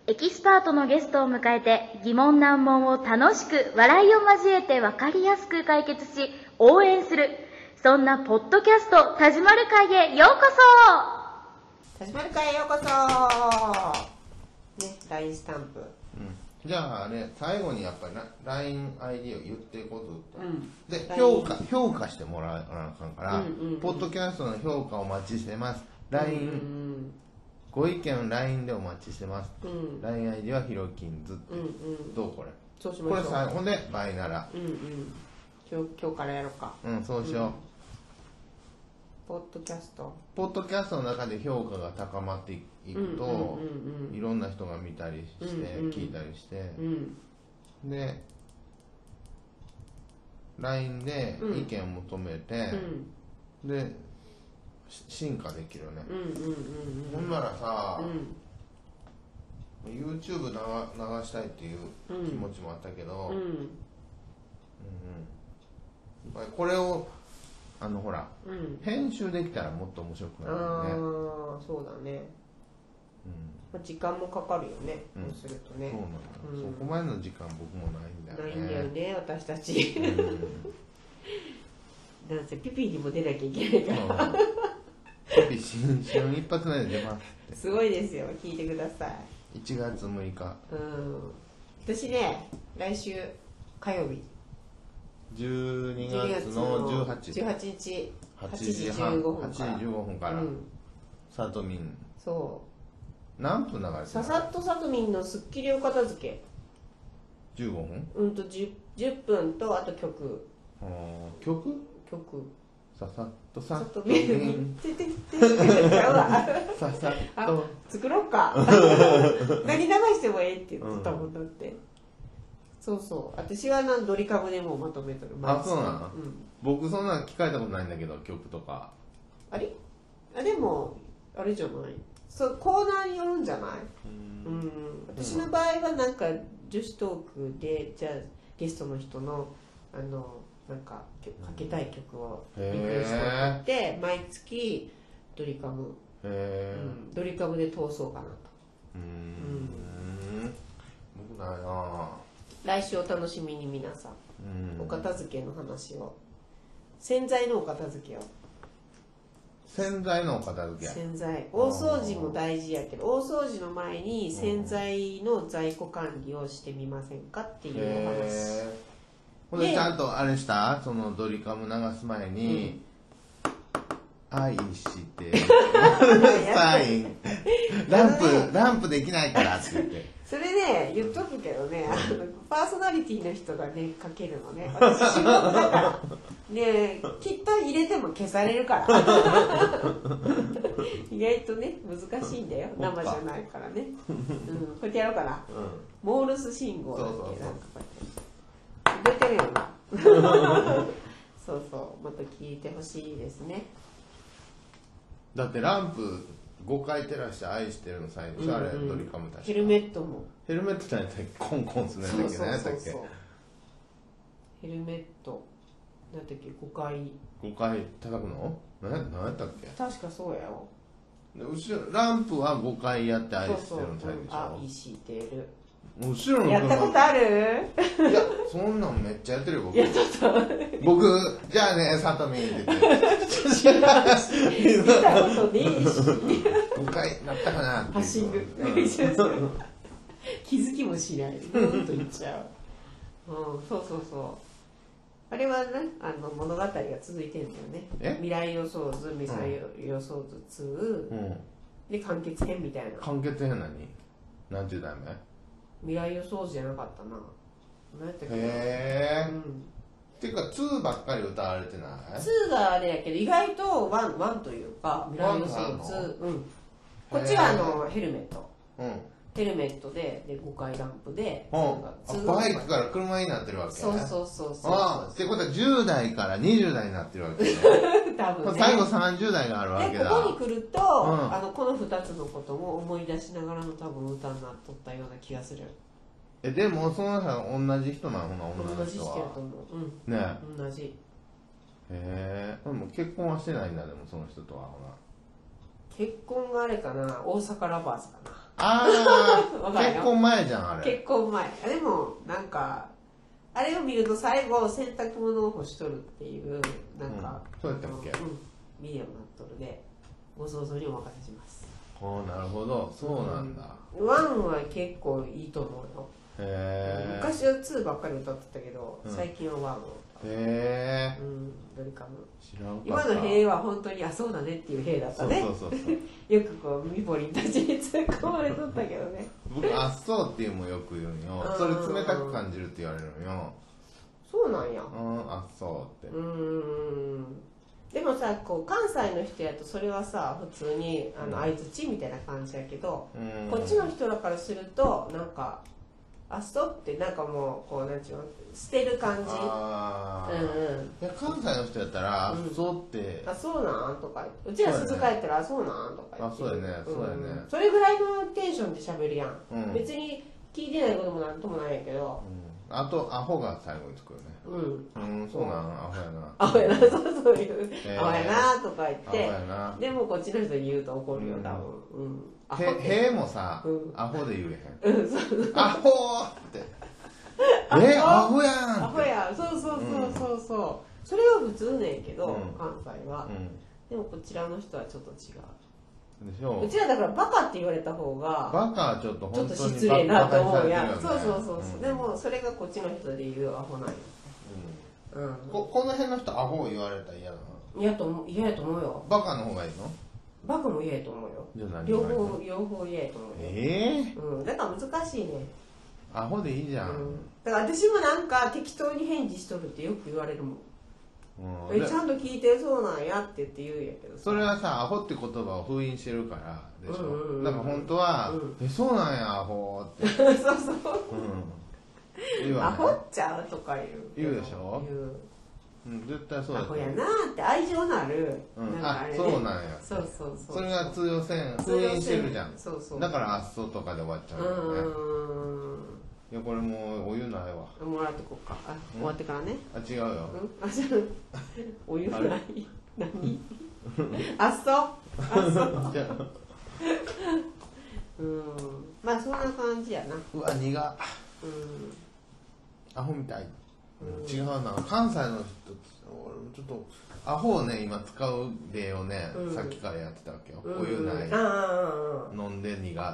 エキスパートのゲストを迎えて疑問難問を楽しく笑いを交えて分かりやすく解決し応援する、そんなポッドキャスト田島る会へようこそ。 田島る会へようこそね、LINE スタンプ、 じゃあね、最後にやっぱりLINE-ID を言っていこうと、で評価してもらわなあかんから、ポッドキャストの評価お待ちしてます。LINE、ご意見 LINE でお待ちしてます。LINE-ID はヒロキンズって、どうこれ？ そうしましょう。 これ最後でバイなら、 今日からやろうか。 そうしよう。 ポッドキャストの中で評価が高まっていくと、いろんな人が見たりして、聞いたりして、で LINE で意見を求めて、で進化できるよね。ほんならさ、YouTube 流したいっていう気持ちもあったけど、これをほら、編集できたらもっと面白くなるよね。 そうだね。時間もかかるよね。そうするとね。 そうなの。そこまでの時間僕もないんだよね。 ないんだよね、私たち。なんせピピにも出なきゃいけないから。 ピピ新春一発目で出ますって。 すごいですよ。聞いてください。 1月6日。 私ね、来週火曜日。 12月の18日 8時15分からさとみん、 そう何分流れてるの？ ささっとさとみんのスッキリお片付け 15分 10分とあと曲ささっとさとみんささっと作ろうか何流してもええって言ってたもんだって。そうそう、私はドリカムでもまとめとる。 そうなの？僕そんなの聞かれたことないんだけど、曲とかあれでもあれじゃない、そうコーナーによるんじゃない？私の場合はなんか女子トークでじゃあゲストの人のなんかかけたい曲をリクエストを送って毎月ドリカム、ドリカムで通そうかなと。 僕だよ。 来週お楽しみに皆さん。お片付けの話を、洗剤のお片付けを。 洗剤のお片付け。 洗剤、大掃除も大事やけど、大掃除の前に洗剤の在庫管理をしてみませんかっていうお話。 ほんでちゃんとあれした？そのドリカム流す前に、愛してサインランプできないからって言って。 それね、言っとくけどね、パーソナリティの人がね、かけるのね。私仕事だから。ね、きっと入れても消されるから。意外とね、難しいんだよ。生じゃないからね。こうやってやろうかな。モールス信号だっけ、なんかこうやって。出てるよな。そうそう、また聞いてほしいですね。 だってランプ5回照らして愛してるの最初、あれドリカム確か。 ヘルメットもって何やったっけ？コンコンするんだっけ？何やったっけ？ ヘルメット何やったっけ ？5回叩くの？何やったっけ？ 確かそうやよ。 で後ろランプは5回やって愛してるの最初。 愛してる。 後ろのやったことある？ いや、そんなんめっちゃやってるよ僕。僕、じゃあね、さとみんって言って。 見たことねえし。 5回なったかなって。 パッシング。気づきもしない。ブーンと言っちゃう。そうそうそう。あれはね、物語が続いてるんだよね。未来予想図、未来予想図2、で完結編みたいな。 完結編何十代目？ 未来予想図じゃなかったな。何やったっけ？ っていうか2ばっかり歌われてない？ 2 があれやけど意外と1というか未来予想図、こっちがヘルメット、ヘルメットで5回ランプで、 バイクから車になってるわけ？ そうそうそうそう。 ってことは10代から20代になってるわけね。多分ね。最後30代があるわけだ。 でここに来ると、この2つのことも思い出しながらの多分歌になっとったような気がする。 でもその中同じ人なの？ 同じ人やと思う。 ね。 同じ。 でも結婚はしてないんだ。でもその人とはほら。 結婚があれかな、大阪ラバーズかな。 ああ結婚前じゃんあれ。 結婚前。でもなんかあれを見ると最後洗濯物を干しとるっていうなんか、 そうやったっけ、 ビデオになっとるでご想像にお任せします。 なるほど、そうなんだ。 ワンは結構いいと思うよ。 へえ。 昔は2ばっかり歌ってたけど、最近はワンを。 へえ。 ドリカム。 知らんかった。 今の兵は本当にあそうだねっていう兵だったね。 そうよくこうミポリンたちに突っ込まれとったけどね。 僕あっそうっていうのもよく言うんよ。それ冷たく感じるって言われるのよ。 そうなんや。 あっそうって。 でもさこう関西の人やとそれはさ普通に相づちみたいな感じやけど、こっちの人らからするとなんかあっそうってなんかもうこうなんちゅうの捨てる感じ。いや関西の人やったらあっそうって、 あそうなんとかうちら鈴鹿やったらあそうなんとか言って、 そうやねそうやね、 それぐらいのテンションで喋るやん、別に聞いてないこともなんともないんやけど、 あとアホが最後につくよね。そうなんアホやなアホやなそういうアホやなとか言ってでもこっちの人に言うと怒るよ多分。 へもさアホで言えへん。アホってアホやん。 アホやそうそれは普通ねんけど関西は。でもこちらの人はちょっと違う。うちらだからバカって言われた方がバカはちょっと本当に失礼なと思うやん。そうでもそれがこっちの人で言うアホなんや。 この辺の人アホ言われたら嫌なの？ 嫌やと思うよ。 バカの方がいいの？バカも嫌やと思うよ。両方嫌やと思うよ。だから難しいね。 アホでいいじゃん。 だから私もなんか適当に返事しとるってよく言われるもん。ちゃんと聞いてそうなんやって言うんやけど、 それはさアホって言葉を封印してるからでしょ。だから本当はそうなんやアホってそうアホっちゃうとか言うでしょ。絶対そうだ。 アホやなって愛情のあるそうなんや。それが通用せん封印してるじゃん。だからあっそうとかで終わっちゃうんだよね。いやこれもうお湯ないわ。 もらってこっか。終わってからね。 違うよ。 お湯ない。何？あっそう。まあそんな感じやな。 うわ苦。アホみたい。違うな。関西の人ちょっとアホをね今使う例をねさっきからやってたわけよ。お湯ない。飲んで苦って。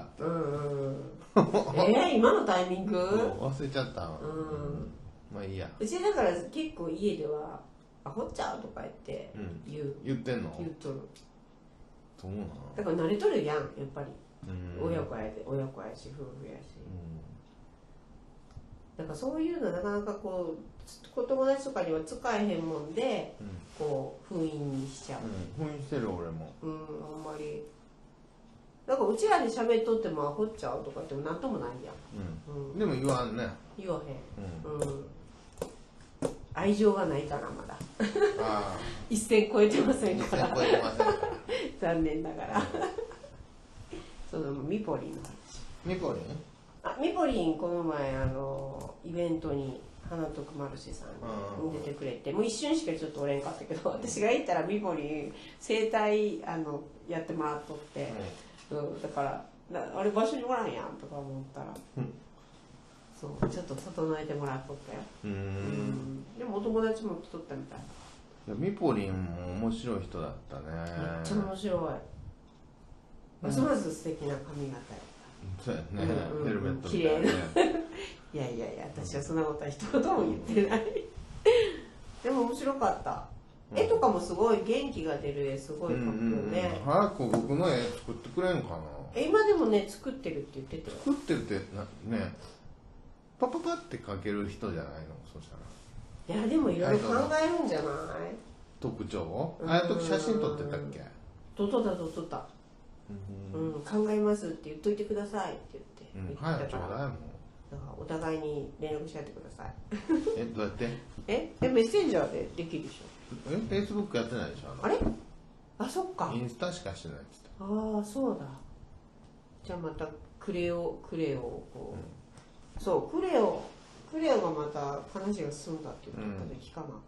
今のタイミング？ 忘れちゃった。まあいいや。 うちだから結構家ではアホっちゃうとか言って言ってんの？ 言っとる。 そうなの？ だから慣れとるやんやっぱり。親子やし夫婦やし。だからそういうのなかなかこう友達とかには使えへんもんで、こう封印にしちゃう。 封印してる俺も。 あんまり。だからうちらで喋っとってもアホっちゃうとかってもなんともないやん。 でも言わんね。 言わへん。愛情がないからまだ。一線超えてませんから。残念ながら。そのミポリンの話。 ミポリン？ ミポリンこの前イベントに花徳マルシェさんに出てくれてもう一瞬しかちょっとおれんかったけど私が行ったらミポリン整体やってもらっとって、だからあれ場所におらんやんとか思ったら、そうちょっと整えてもらっとったよ。でもお友達も来とったみたい。 ミポリンも面白い人だったね。 めっちゃ面白い。ますます素敵な髪型や。 そうやね、ヘルメットみたいなね。いや私はそんなことは一言も言ってないでも面白かった。絵とかもすごい元気が出る絵すごい描くよね。 早く僕の絵作ってくれんかな。 今でもね作ってるって言ってたよ。 作ってるってねパパパって描ける人じゃないの？そしたらいやでもいろいろ考えるんじゃない？ 特徴をあの時写真撮ってたっけ？ 撮った考えますって言っといてくださいって言って早くちょうだいもん。 だからお互いに連絡し合ってください。 どうやって？ メッセンジャーでできるでしょ。 フェイスブックやってないでしょ。 あれ？あ、そっか。 インスタしかしてないっつって。 ああそうだ。じゃあまたクレオをこう、そうクレオがまた話が進んだっていうことで聞かな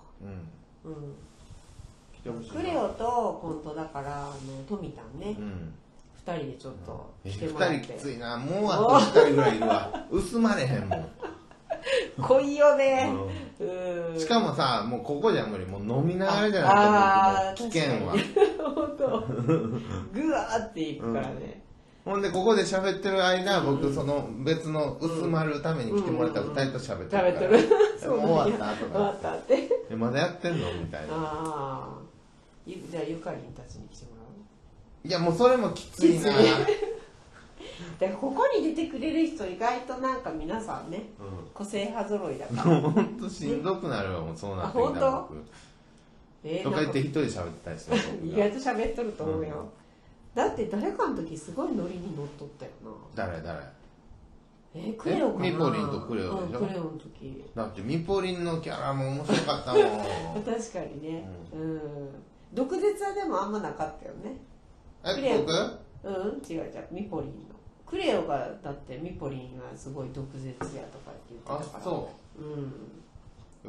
か。クレオとコントだから富田ね、2 人でちょっと来て 2 もらって。 人きついな、もうあと2人ぐらいいるわ。薄まれへんもん。 濃いよね。 しかもさ、もうここじゃ無理、もう飲みながらじゃないと危険は。 本当。ぐわーっていくからね。 ほんでここで喋ってる間、僕その別の薄まるために来てもらった2人と喋ってるから。もう終わったとか。 終わったって。 まだやってんのみたいな。 ああ。じゃあゆかりんたちに来てもらう？ いやもうそれもきついな。 でここに出てくれる人意外となんか皆さんね、個性派揃いだから。 ほんとしんどくなるわ、もうそうなってきたら僕。とか言って一人で喋ったりしてる。 意外と喋っとると思うよ。だって誰かの時すごいノリに乗っとったよな。誰？クレオかな。 ミポリンとクレオでしょ。 クレオの時。 だってミポリンのキャラも面白かったもん。 確かにね。毒舌はでもあんまなかったよね。 僕？ 違うミポリンの。クレオがだってミポリンはすごい毒舌やとかって言ってたから。 あ、そう。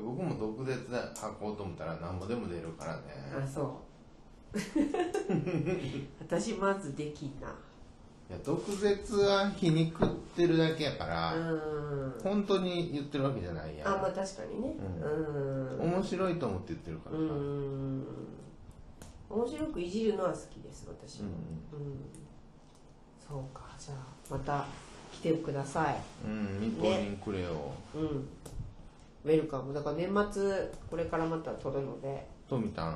僕も毒舌で書こうと思ったら何もでも出るからね。 あ、そう。私まずできんな。 いや毒舌は皮肉ってるだけやから本当に言ってるわけじゃないやん。 あ、まあ確かにね。 面白いと思って言ってるからさ。 面白くいじるのは好きです私は。そうか、じゃあまた来てください。 ミポリンくれよ。 ウェルカム。だから年末これからまた撮るので。トミタン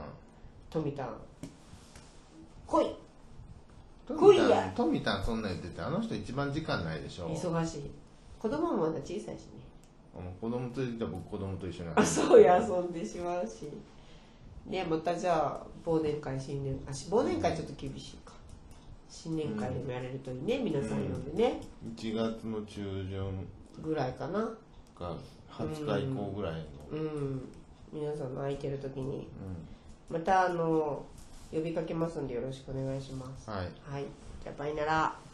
来い来いや。 トミタンそんな言ってて、あの人一番時間ないでしょ。 忙しい。子供もまだ小さいしね。 子供といったら僕子供と一緒にあ、そうや、遊んでしまうしね。またじゃあ忘年会忘年会ちょっと厳しいか。新年会でもやれるといいね、皆さん呼んでね。 1月の中旬ぐらいかなか20日以降ぐらいの皆さんの空いてる時にまた呼びかけますんでよろしくお願いします。はい、じゃあバイなら。